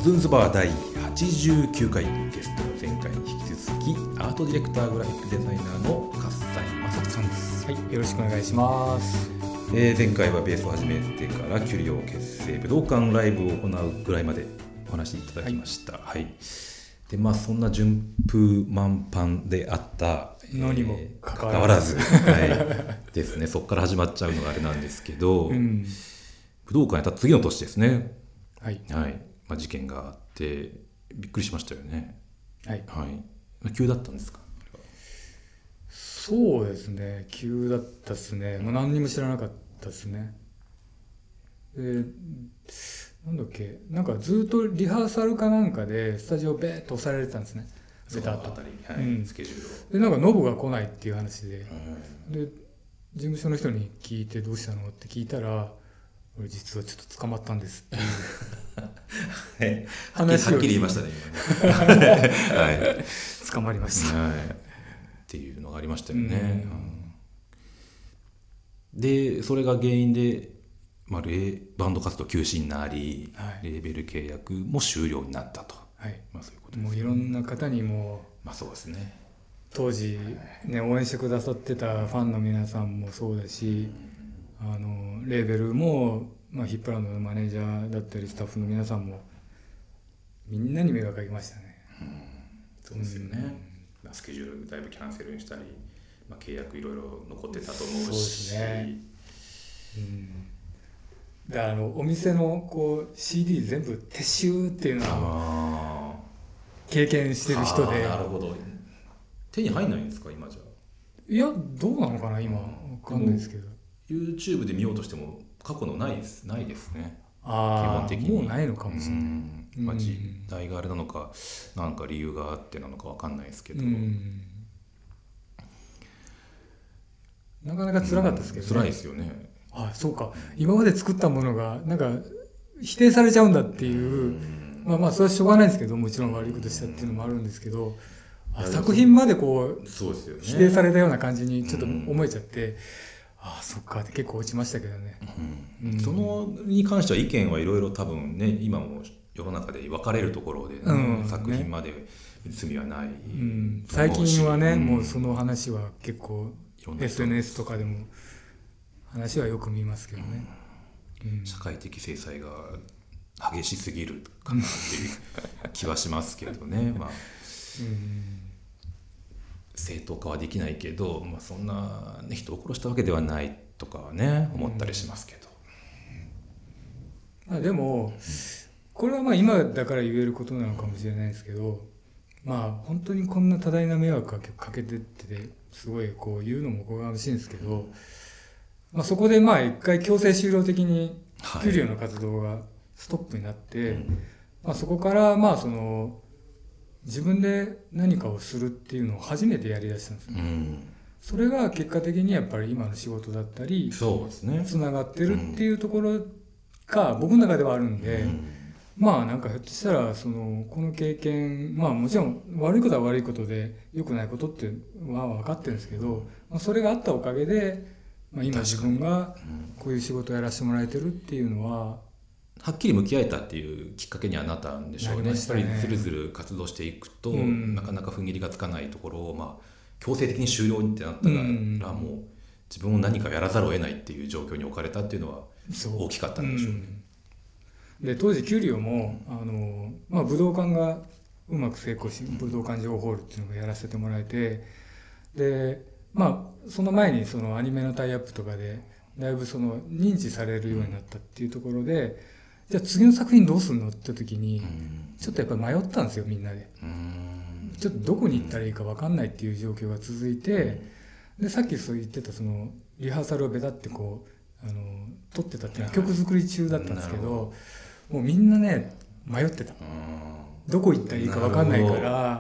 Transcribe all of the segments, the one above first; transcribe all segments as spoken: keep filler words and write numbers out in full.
カズンズバーだいはちじゅうきゅうかい、ゲストの前回に引き続きアートディレクターグラフィックデザイナーの葛西正人さんです。 はい、よろしくお願いします。 えー、前回はベースを始めてからキュリオ結成、武道館ライブを行うぐらいまでお話しいただきました。はい、はい、でまあそんな順風満帆であったのにもかかわらず、 えー、はい、ですね。そこから始まっちゃうのがあれなんですけど、うん、武道館やった次の年ですね。 はい、 はい、まあ、事件があってびっくりしましたよね。 はい、 はい、急だったんですか？ そうですね、急だったですね。もう何にも知らなかったですね。で、なんだっけ、なんかずっとリハーサルかなんかでスタジオベーッと押されてたんですね。 ベタッとあたり、はい、うん、スケジュールを。 で、なんかノブが来ないっていう話で、うん、で事務所の人に聞いてどうしたのって聞いたら、俺実はちょっと捕まったんですっていう話をはっきり言いましたね今ねはい、 捕まりました、 はい、っていうのがありましたよね、うん、でそれが原因で、まあ、バンド活動休止になり、はい、レーベル契約も終了になったと、はい、まあ、そういうことですね。 もういろんな方にも、 まあそうですね、 当時、ね、応援してくださってたファンの皆さんもそうだし、あのレーベルも、まあ、ヒップランドのマネージャーだったりスタッフの皆さんもみんなに迷惑かけましたね、 うん、そうですよね、うん、スケジュールだいぶキャンセルにしたり、まあ、契約いろいろ残ってたと思うし、そうですね、 うん、だからあのお店のこう シーディー 全部撤収っていうのは経験してる人で。 なるほど、手に入んないんですか今じゃ？ いや、どうなのかな今、分かんないですけど、 YouTube で見ようとしても過去のないです、ないですね。 あ、基本的にもうないのかもしれない、うん、 まあ、時代があれなのか何か理由があってなのか分かんないですけど、うん、 なかなか辛かったですけどね、 うん、辛いですよね。 あ、そうか、今まで作ったものがなんか否定されちゃうんだっていう、うん、まあまあそれはしょうがないですけど、もちろん悪いことしたっていうのもあるんですけど、あ、作品までこう、 そうですよね、 否定されたような感じにちょっと思えちゃって、うん、ああそっかって結構落ちましたけどね、 うんうん、そのに関しては意見はいろいろ多分ね、今も世の中で分かれるところで、ね、うん、作品まで罪はない、うん、 最近はね、うん、もうその話は結構 エスエヌエス とかでも話はよく見ますけどね、 うんうん、社会的制裁が激しすぎるかなっていう気はしますけどねまあ、うん、正当化はできないけど、まあ、そんな、ね、人を殺したわけではないとかはね思ったりしますけど、 うん、まあ、でもこれはまあ今だから言えることなのかもしれないですけど、まあ本当にこんな多大な迷惑をかけてってすごいこう言うのもおこがましいんですけど、まあ、そこでまあ一回強制終了的にキュリオの活動がストップになって、はい、まあ、そこからまあその自分で何かをするっていうのを初めてやりだしたんですよ、うん、それが結果的にやっぱり今の仕事だったりそうですね、 つながってるっていうところが僕の中ではあるんで、うん、まあなんかひょっとしたらそのこの経験、まあもちろん悪いことは悪いことで良くないことっては分かってるんですけど、まあ、それがあったおかげで、まあ、今自分がこういう仕事をやらせてもらえてるっていうのははっきり向き合えたっていうきっかけにはなったんでしょうね。やっぱりずるずる活動していくと、うん、なかなか踏ん切りがつかないところを、まあ、強制的に終了ってなったら、うん、もう自分も何かやらざるを得ないっていう状況に置かれたっていうのは大きかったんでしょうね。 うん、で当時キュリオもあの、まあ、武道館がうまく成功し、武道館情ホールっていうのをやらせてもらえて、で、まあ、その前にそのアニメのタイアップとかでだいぶその認知されるようになったっていうところで、じゃあ次の作品どうするのって時にちょっとやっぱり迷ったんですよ、みんなで。ちょっとどこに行ったらいいか分かんないっていう状況が続いて、でさっきそう言ってたそのリハーサルをベタってこうあの撮ってたっていうのは曲作り中だったんですけど、もうみんなね迷ってた。どこ行ったらいいか分かんないから、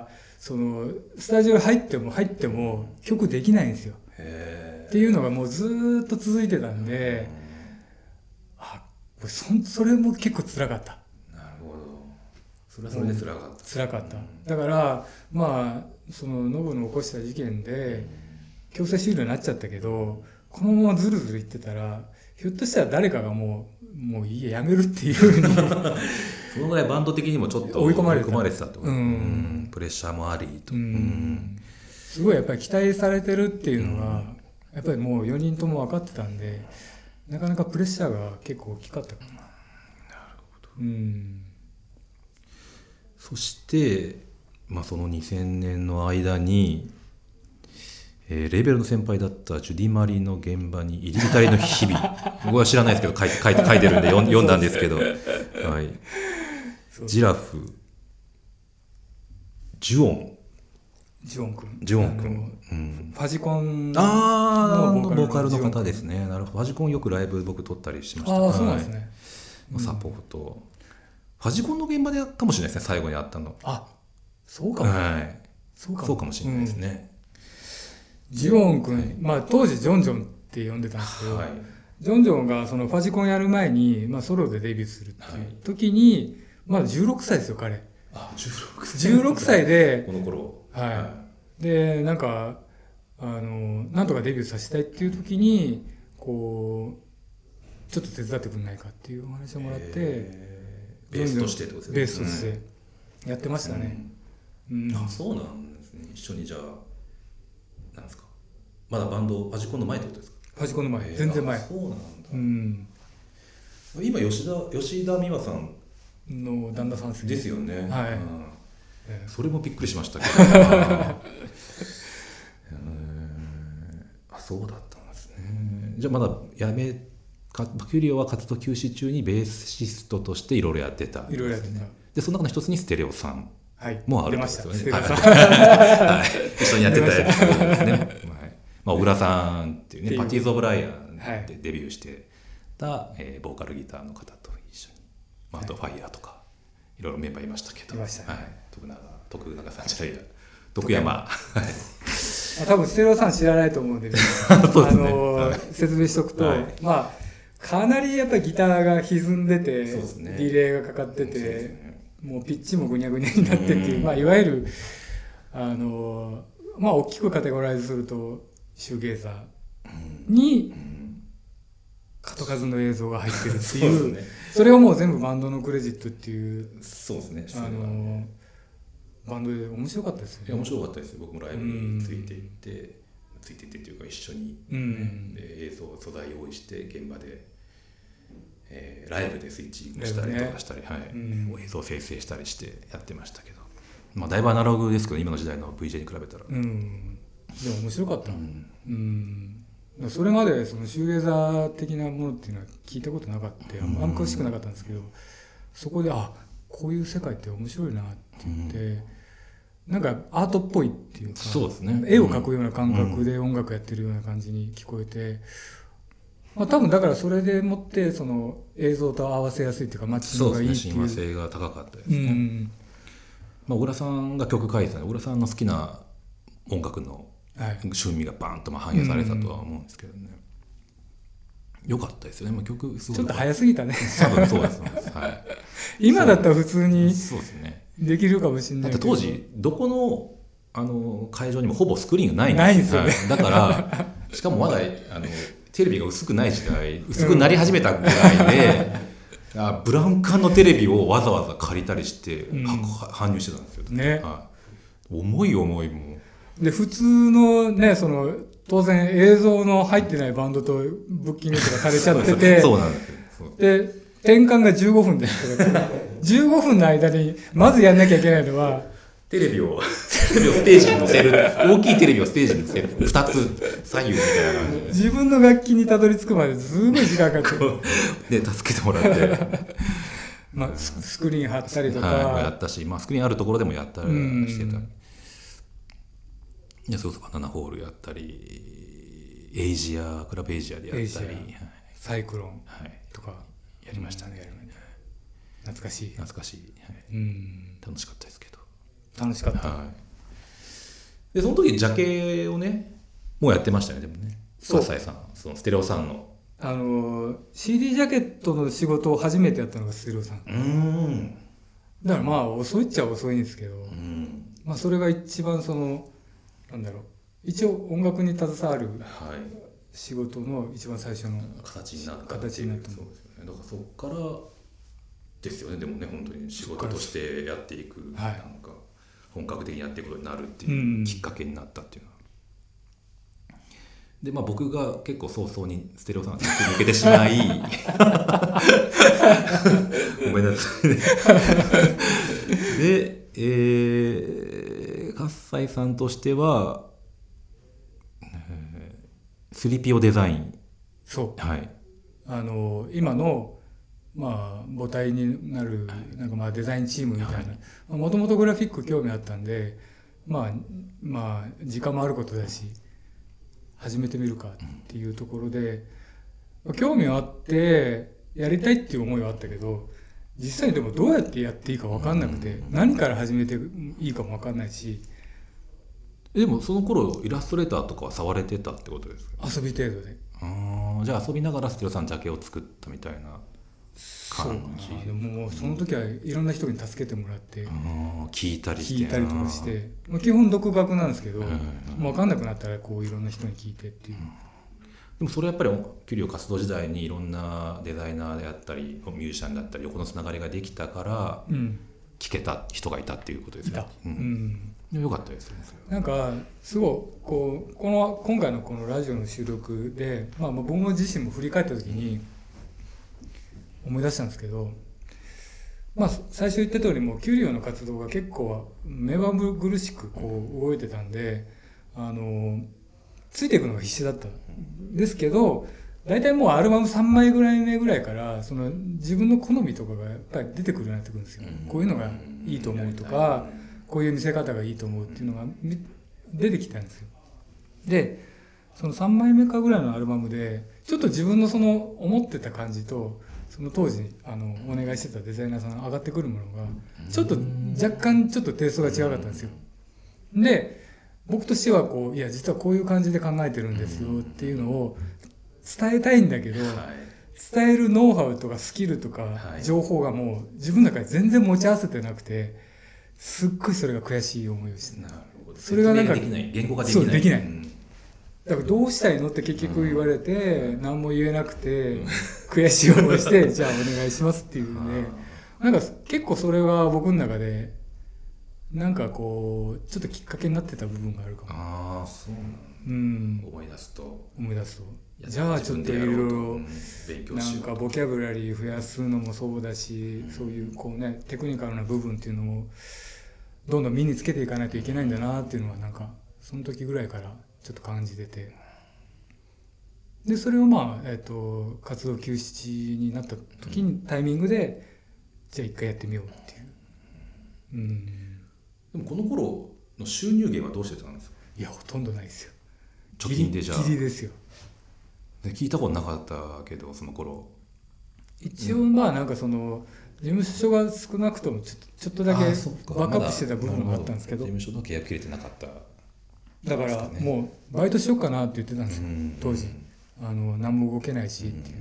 そのスタジオ入っても入っても曲できないんですよっていうのがもうずっと続いてたんで、あ、そ, それも結構辛かった。 なるほど、それはそれで辛かった、うん、 辛かった。だからまあそのノブの起こした事件で強制終了になっちゃったけど、このままずるずるいってたらひょっとしたら誰かがもうもういいややめるっていうふうにそのぐらいバンド的にもちょっと追い込まれてた追い込まれてたってこと、 うんうんプレッシャーもありと、 うんうんすごいやっぱり期待されてるっていうのが、やっぱりもうよにんとも分かってたんで、なかなかプレッシャーが結構大きかったかな。なるほど、 うん、 そして、まあ、そのにせんねんの間に、えーレーベルの先輩だったジュディ・マリの現場に入り浸りの日々僕は知らないですけど書いて書いて書いてるんで読ん読んだんですけど、はい、ジラフジュオンジュオン君ジュオン君、うん、 ファジコンあのボーカルの方ですね。なるほど。ファジコンよくライブ僕撮ったりしました。 ああそうなんですね、 はい、サポート、ファジコンの現場でかもしれないですね、最後に会ったの。 あそうかも、 はい、 そうかも、 そうかもしれないですね、 うん、ジュオン君、はい、まあ当時ジョンジョンって呼んでたんですけど、はい、ジョンジョンがそのファジコンやる前に、まあ、ソロでデビューするっていう時に、はい、まだじゅうろくさいですよ彼。 あじゅうろくさいじゅうろくさいでこの頃、 はい、はい、でなんかあのなんとかデビューさせたいっていう時にこうちょっと手伝ってくれないかっていうお話をもらって、 ベースとしてってことですね。 ベースとしてやってましたね、 うんうん、あそうなんですね。一緒にじゃあなんですか、まだバンドファジコンの前ってことですか。 ファジコンの前、全然前。 そうなんだ、 うん、 今吉田吉田美和さんの旦那さんですね。 ですよね、 はい、うんえー、それもびっくりしましたけどあそうだったんですね。じゃあまだやめかバキュリオは活動休止中にベーシストとしていろいろやってた、 いろいろやってた。 でその中の一つにステレオさんもあるんですよね。 はい、 はい、一緒にやってたやつですね、はい、まあ、小倉さんっていうね、パティーズ・オブ・ライアンでデビューしてた、はい、えー、ボーカルギターの方と一緒に、まあ、あとファイヤーとかいろいろメンバーいましたけど、 いましたね、 はい、徳永徳永さんじゃないや徳山多分ステレオさん知らないと思うんで、ねそうですね、 あのーはい、説明しておくと、はい、まあかなりやっぱりギターが歪んでて、 そうですね、 ディレイがかかってて、ね、もうピッチもぐにゃぐにゃになってっていう、まあ、いわゆるあのーまあ大きくカテゴライズするとシューゲーザーに数々の映像が入ってるっていう、 そうですね、それをもう全部バンドのクレジットっていう、 そうですね、 あのー、バンドで面白かったですよね。 いや面白かったです。僕もライブについていって、うん、ついていってっていうか一緒に、ね、うん、で映像素材用意して現場で、えー、ライブでスイッチングしたりとかしたり、ね、はい、うん、映像生成したりしてやってましたけど、まあだいぶアナログですけど今の時代の ブイジェー に比べたら、うん、 でも面白かった、うんうん、それまでそのシューゲーザー的なものっていうのは聞いたことなかった、あんま詳しくなかったんですけど、そこであこういう世界って面白いなって言って、うん、なんかアートっぽいっていうか、 そうですね、 絵を描くような感覚で音楽やってるような感じに聞こえて、まあ、多分だからそれでもってその映像と合わせやすいっていうかマッチングがいいっていう、 そうですね、親和性が高かったですね、うん、まあ、小倉さんが曲書いてたので小倉さんの好きな音楽の趣味がバーンとまあ反映されたとは思うんですけどね、うん、よかったですよね、まあ、曲すごいちょっと早すぎたね多分そうです、はい、 今だったら普通にできるかもしれないけど、だって当時どこの、あの会場にもほぼスクリーンがないんですよ、 ないんですよね、はい、だからしかもまだあのテレビが薄くない時代、薄くなり始めたぐらいで、うん、あブラウン管のテレビをわざわざ借りたりして、うん、搬入してたんですよね、 はい、重い重いもうで普通のね、その当然映像の入ってないバンドとブッキングとかされちゃっててそうなんですよ。 で転換がじゅうごふんですけどじゅうごふんの間にまずやんなきゃいけないのはテレビをテレビをステージに載せる大きいテレビをステージに載せるふたつ左右みたいな感じで自分の楽器にたどり着くまですごい時間かかってで助けてもらってまあスクリーン貼ったりとか、 はい、やったし、まあ、スクリーンあるところでもやったりしてた、いやそうそうバナナホールやったりエイジアクラブエイジアでやったり、はい、 サイクロンとか、 はい、やりましたね、 うん、懐かしい懐かしい、はい、 うん楽しかったですけど楽しかった、 はい、でその時ジャケをねもうやってましたね。でもねそう笠井さんそのステレオさんのあの シーディー ジャケットの仕事を初めてやったのがステレオさん。 うーんだからまあ遅いっちゃ遅いんですけど、 うん、 まあそれが一番そのなんだろう一応音楽に携わる仕事の一番最初の形になった形になったそうですよね。だからそこからですよね。でもね本当に仕事としてやっていく、はい、なんか本格的にやっていくことになるっていうきっかけになったっていうのは、うん、でまあ僕が結構早々にステレオさんに抜けてしまいごめんなさいねで、えー、葛西さんとしては、えー、スリピオデザイン、 そう、 はい、 あの今のまあ母体になるなんかまあデザインチームみたいな、もともとグラフィック興味あったんで、まあまあ時間もあることだし始めてみるかっていうところで、興味はあってやりたいっていう思いはあったけど、実際でもどうやってやっていいか分かんなくて、何から始めていいかも分かんないし。 でもその頃イラストレーターとかは触れてたってことですか？ 遊び程度で。 あ、じゃあ遊びながらステレオさんジャケを作ったみたいな感じ。 でももうその時はいろんな人に助けてもらって、 聞いたりして聞いたりとかして、基本独学なんですけど、もう分かんなくなったらこういろんな人に聞いてっていう。 でもそれはやっぱりキュリオ活動時代にいろんなデザイナーであったりミュージシャンだったり横のつながりができたから聞けた人がいたっていうことですね。いた、うんうん、よかったですよね。 なんかすごいこうこの今回のこのラジオの収録で、まあ、僕自身も振り返った時に思い出したんですけど、まあ、最初言った通りもうキュリオの活動が結構目まぐるしくこう動いてたんで、あのついていくのが必死だったんですけど、大体もうアルバムさんまいぐらい目ぐらいからその自分の好みとかがやっぱり出てくるようになってくるんですよ。こういうのがいいと思うとか、こういう見せ方がいいと思うっていうのが出てきたんですよ。でそのさんまいめかぐらいのアルバムでちょっと自分のその思ってた感じとその当時あのお願いしてたデザイナーさんが上がってくるものがちょっと若干ちょっとテイストが違かったんですよ。で僕としてはこういや実はこういう感じで考えてるんですよっていうのを伝えたいんだけど、伝えるノウハウとかスキルとか情報がもう自分の中で全然持ち合わせてなくて、すっごいそれが悔しい思いをして、それがなんか言語化できない、 そうできない、だからどうしたいのって結局言われて何も言えなくて悔しい思いしてじゃあお願いしますっていうので、なんか結構それは僕の中でなんかこうちょっときっかけになってた部分があるかも。 ああ、そうなんだ、うん、思い出すと思い出すとじゃあちょっといろいろなんかボキャブラリー増やすのもそうだし、そういうこうねテクニカルな部分っていうのもどんどん身につけていかないといけないんだなっていうのはなんかその時ぐらいからちょっと感じてて、でそれをまあ、えー、と活動休止になった時にタイミングでじゃあ一回やってみようっていう、うん、 でもこの頃の収入源はどうしてたんですか？ いやほとんどないですよ。 貯金でじゃあギリですよ。 聞いたことなかったけどその頃一応まあなんかその事務所が少なくともちょっとちょっとだけバックアップしてた部分があったんですけど、 事務所の契約切れてなかっただからもうバイトしようかなって言ってたんですよ当時。あの何も動けないしっていう。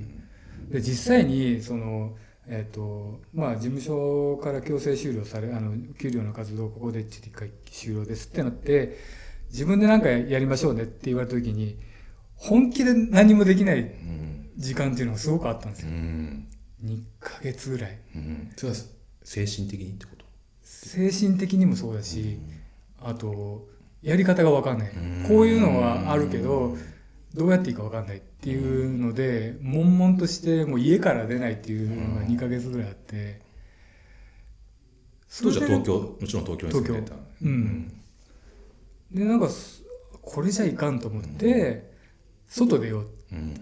で実際にそのえっとまあ事務所から強制終了されあの給料の活動ここで一回終了ですってなって自分で何かやりましょうねって言われた時に本気で何もできない時間っていうのがすごくあったんですよ。にかげつぐらい。 それは精神的にってこと？ 精神的にもそうだし、あとやり方が分かんない、こういうのはあるけどどうやっていいか分かんないっていうので悶々としてもう家から出ないっていうのがにかげつぐらいあって、 当時は東京もちろん東京に住んでた。 うん、でなんかこれじゃいかんと思って外出ようって、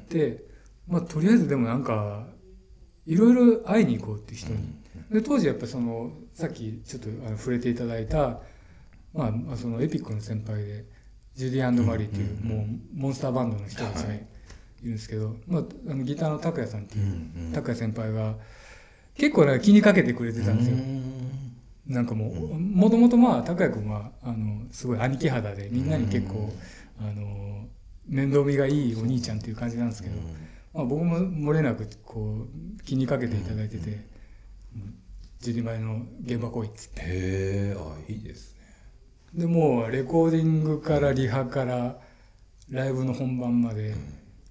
まあとりあえずでもなんかいろいろ会いに行こうって人に、で当時やっぱそのさっきちょっとあの触れていただいた、まあ、そのエピックの先輩でジュディ&マリーっていうもうモンスターバンドの人たちがいるんですけど、まあ、あのギターの拓也さんっていう拓也先輩が結構なんか気にかけてくれてたんですよ。なんかもうもともとまあ拓也君はあのすごい兄貴肌でみんなに結構あの面倒見がいいお兄ちゃんっていう感じなんですけど、まあ、僕も漏れなくこう気にかけていただいてて、ジュディマリの現場来いっつって。 へえ、あ、いいですね。 でもうレコーディングからリハからライブの本番まで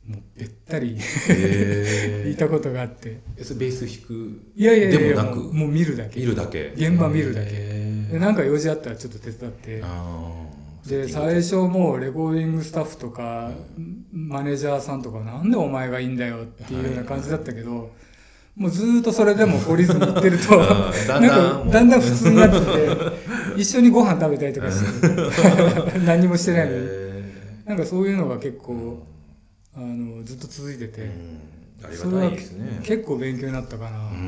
もうべったりいたことがあって。 えそれベース弾くいやいやいやでもなくもう、もう見るだけ見るだけ現場見るだけで、なんか用事あったらちょっと手伝って、 あで最初もうレコーディングスタッフとか、うん、マネージャーさんとかなんでお前がいいんだよっていうような感じだったけど、はいはい、もうずっとそれでもこうリズムいってるとだんだんだんだん普通になってきて一緒にご飯食べたりとかして何もしてないのに、なんかそういうのが結構あのずっと続いてて、うん、ありがたいですね。結構勉強になったかな。 うん、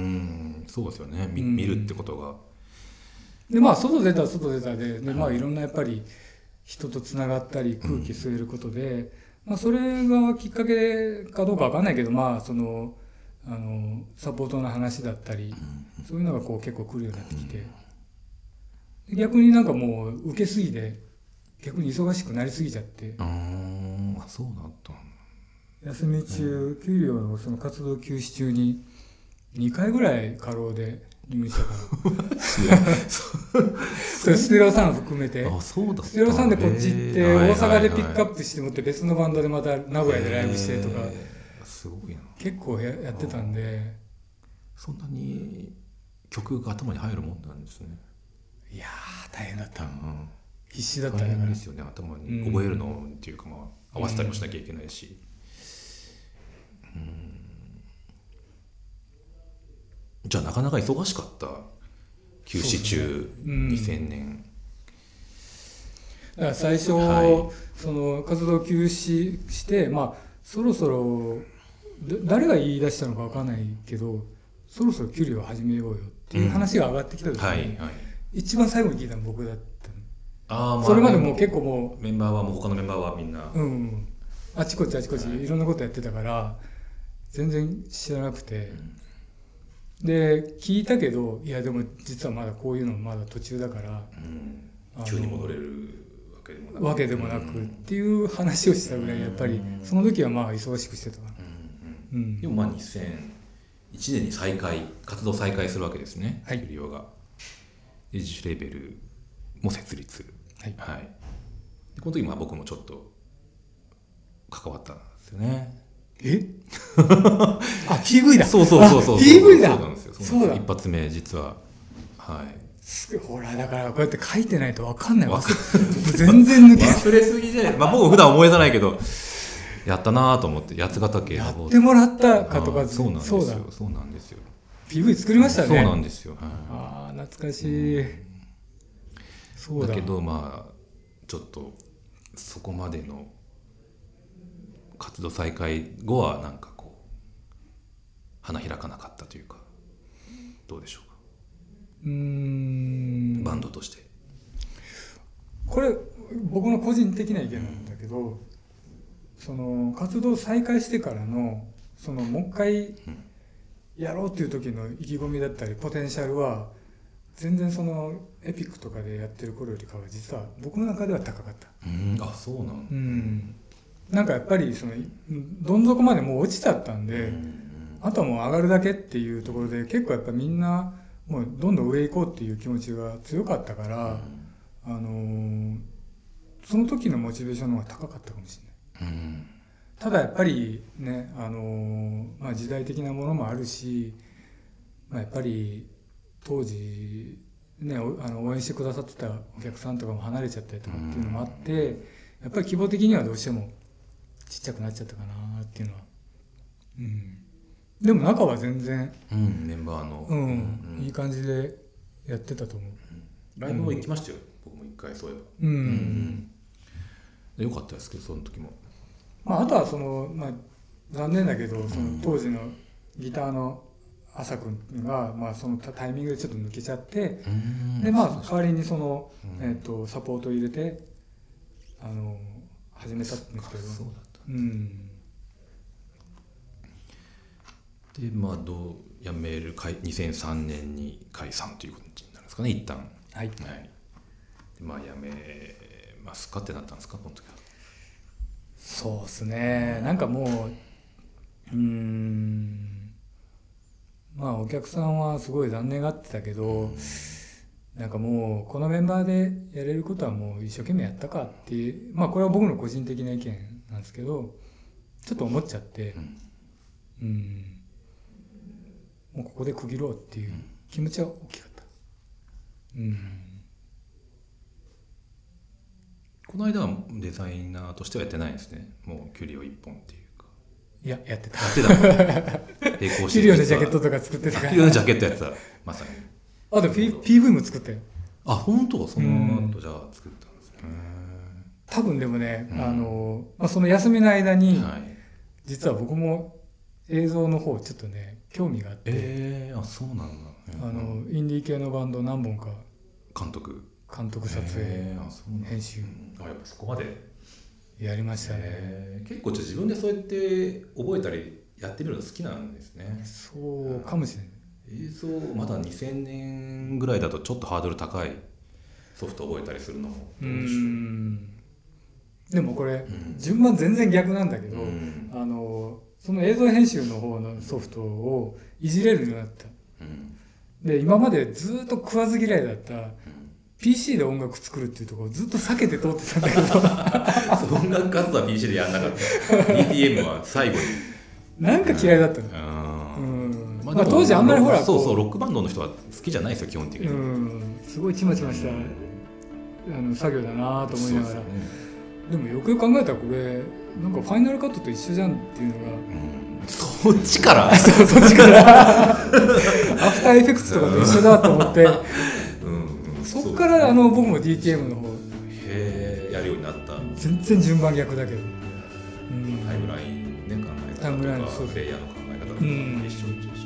そうですよね、見、見るってことが。 でまあ外出たら外出たで、でまあいろんなやっぱり人とつながったり空気吸えることで、うん、まあ、それがきっかけかどうかわかんないけど、まあそのあのサポートの話だったり、うん、そういうのがこう結構来るようになってきて、うん、逆になんかもう受けすぎて逆に忙しくなりすぎちゃって、 ああそうだったんだ。 休み中、うん、給料のその活動休止中ににかいぐらい過労で入院したからそれステレオさん含めて、 あそうだステレオさんでこっち行って大阪でピックアップしてもって別のバンドでまた名古屋でライブしてとか、 すごいな、 結構 や, やってたんで。 そんなに曲が頭に入るもんなんですね。 いやー大変だった、うん、必死だった。 大変ですよね、頭に覚えるのっていうか、まあ、合わせたりもしなきゃいけないし、うん、じゃあなかなか忙しかった休止中、ね、うん、にせんねん。 だから最初、はい、その活動休止して、まあそろそろ誰が言い出したのか分からないけど、そろそろキュリを始めようよっていう話が上がってきた時に、うん、はいはい、一番最後に聞いたの僕だったの。あ、まあ、それまでも結構もうメンバーはもう他のメンバーはみんな、 うん、あちこちあちこちいろんなことやってたから全然知らなくて、うん、で聞いたけど、いやでも実はまだこういうのまだ途中だから、 うん、急に戻れるわけでもなくっていう話をしたぐらい、やっぱりその時はまあ忙しくしてたかな、 うんうん、でもまあにせんいちねんに再開活動再開するわけですね、 はい、 キュリオが。で自主レーベルも設立、 はいはい、でこの時まあ僕もちょっと関わったんですよね。 えあ ピーブイ だ。 そうそうそうそうピーブイ だ。 そうなんですよ。そうなんですよ。一発目実ははい。 ほらだからこうやって書いてないと分かんない。全然抜け忘れすぎじゃない。まあ僕も普段思い出さないけどやったなと思って、八ヶ岳やってもらったかとか。 そうなんですよ。そうなんですよ。 ピーブイ 作りましたね。 そうなんですよ、はい、 ああ懐かしい、うん、 そうだ。だけどまあちょっとそこまでの活動再開後はなんかこう花開かなかったというか、どうでしょうか。 うーんバンドとしてこれ僕の個人的な意見なんだけど、うん、その活動再開してからのそのもう一回やろうっていう時の意気込みだったりポテンシャルは全然そのエピックとかでやってる頃よりかは実は僕の中では高かった。 うん、あそうなんだ、 うん、なんかやっぱりそのどん底までもう落ちちゃったんで、うん、あとはもう上がるだけっていうところで結構やっぱみんなもうどんどん上行こうっていう気持ちが強かったから、うん、あのー、その時のモチベーションの方が高かったかもしれない、うん、ただやっぱりね、あのーまあ、時代的なものもあるし、まあ、やっぱり当時、ね、あの応援してくださってたお客さんとかも離れちゃったりとかっていうのもあって、うん、やっぱり規模的にはどうしてもちっちゃくなっちゃったかなっていうのは、うん、でも中は全然、 うん、メンバーの、 うんうん、いい感じでやってたと思う、うん、 ライブも行きましたよ、うん、僕も一回そういえば、 うんうんうん、よかったですけどその時も、 まあ、あとはその、まあ、残念だけどその当時のギターの朝君が、まあ、そのタイミングでちょっと抜けちゃって、うん、でまあ代わりにその、うんえー、とサポートを入れてあの始めたんですけど、 そうだった、 うんでまあどうやめるにせんさんねんに解散ということになるんですかね一旦、 はい、はい、 でまあやめますかってなったんですかこの時は。 そうですね、なんかもううーんまあお客さんはすごい残念がってたけど、うん、なんかもうこのメンバーでやれることはもう一生懸命やったかっていう、まあこれは僕の個人的な意見なんですけど、 ちょっと思っちゃって、うん、うん、もうここで区切ろうっていう気持ちは大きかった。うん、 この間はデザイナーとしてはやってないんですね。もうキュリオ一本っていうか。 いや、やってた。 やってた並行してキュリオのジャケットとか作ってたから。 キュリオのジャケットやってた、まさに。 あと P、ピーブイ も作ったよ。 あ、本当？その後じゃあ作ったんですね。 多分でもね、うん、あのまあ、その休みの間に、はい、実は僕も映像の方ちょっとね興味があって、 えー、あ、そうなんだ、 あのインディー系のバンド何本か監督監督撮影、えー、あ、そうなんだ、編集、 あ、やっぱそこまでやりましたね。 えー、結構じゃあ自分でそうやって覚えたりやってみるの好きなんですね。 そうかもしれない。 映像まだにせんねんぐらいだとちょっとハードル高いソフトを覚えたりするのもどうでしょう。うん、 でもこれ、うん、順番全然逆なんだけど、うん、あのその映像編集の方のソフトをいじれるようになった、うん、で今までずっと食わず嫌いだった、うん、ピーシー で音楽作るっていうところをずっと避けて通ってたんだけど音楽活動は ピーシー でやんなかった。 ディーティーエム は最後になんか嫌いだったの、うん、まあ、当時あんまりほらそうそうロックバンドの人は好きじゃないですよ基本的に、 うん、すごいちまちました、うん、あの作業だなと思いながら、 で,、ね、でもよくよく考えたらこれなんかファイナルカットと一緒じゃんっていうのが、うん、 そっちからそうそっちからアフターエフェクツとかと一緒だと思って、うんうん、そっからあの僕も ディーティーエム の方へやるようになった。 全然順番逆だけど、うん、 タイムラインね考え方とかタイムラインそうプレイヤーの考え方とか、うん、一緒一緒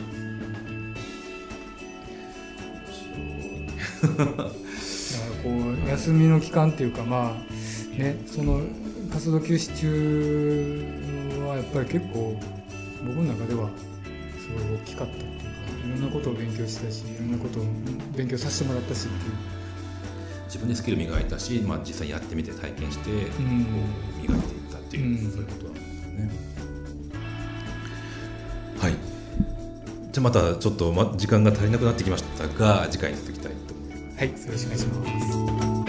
だからこう休みの期間っていうか、まあね、その活動休止中はやっぱり結構僕の中ではすごい大きかったっていうか、いろんなことを勉強したし、いろんなことを勉強させてもらったしっていう、 自分でスキル磨いたし、まあ、実際やってみて体験して、うん、こう磨いていったっていう、うん、そういうことなんですね。はい、じゃあまたちょっと時間が足りなくなってきましたが、次回に続きたいと思います。 はい、よろしくお願いします。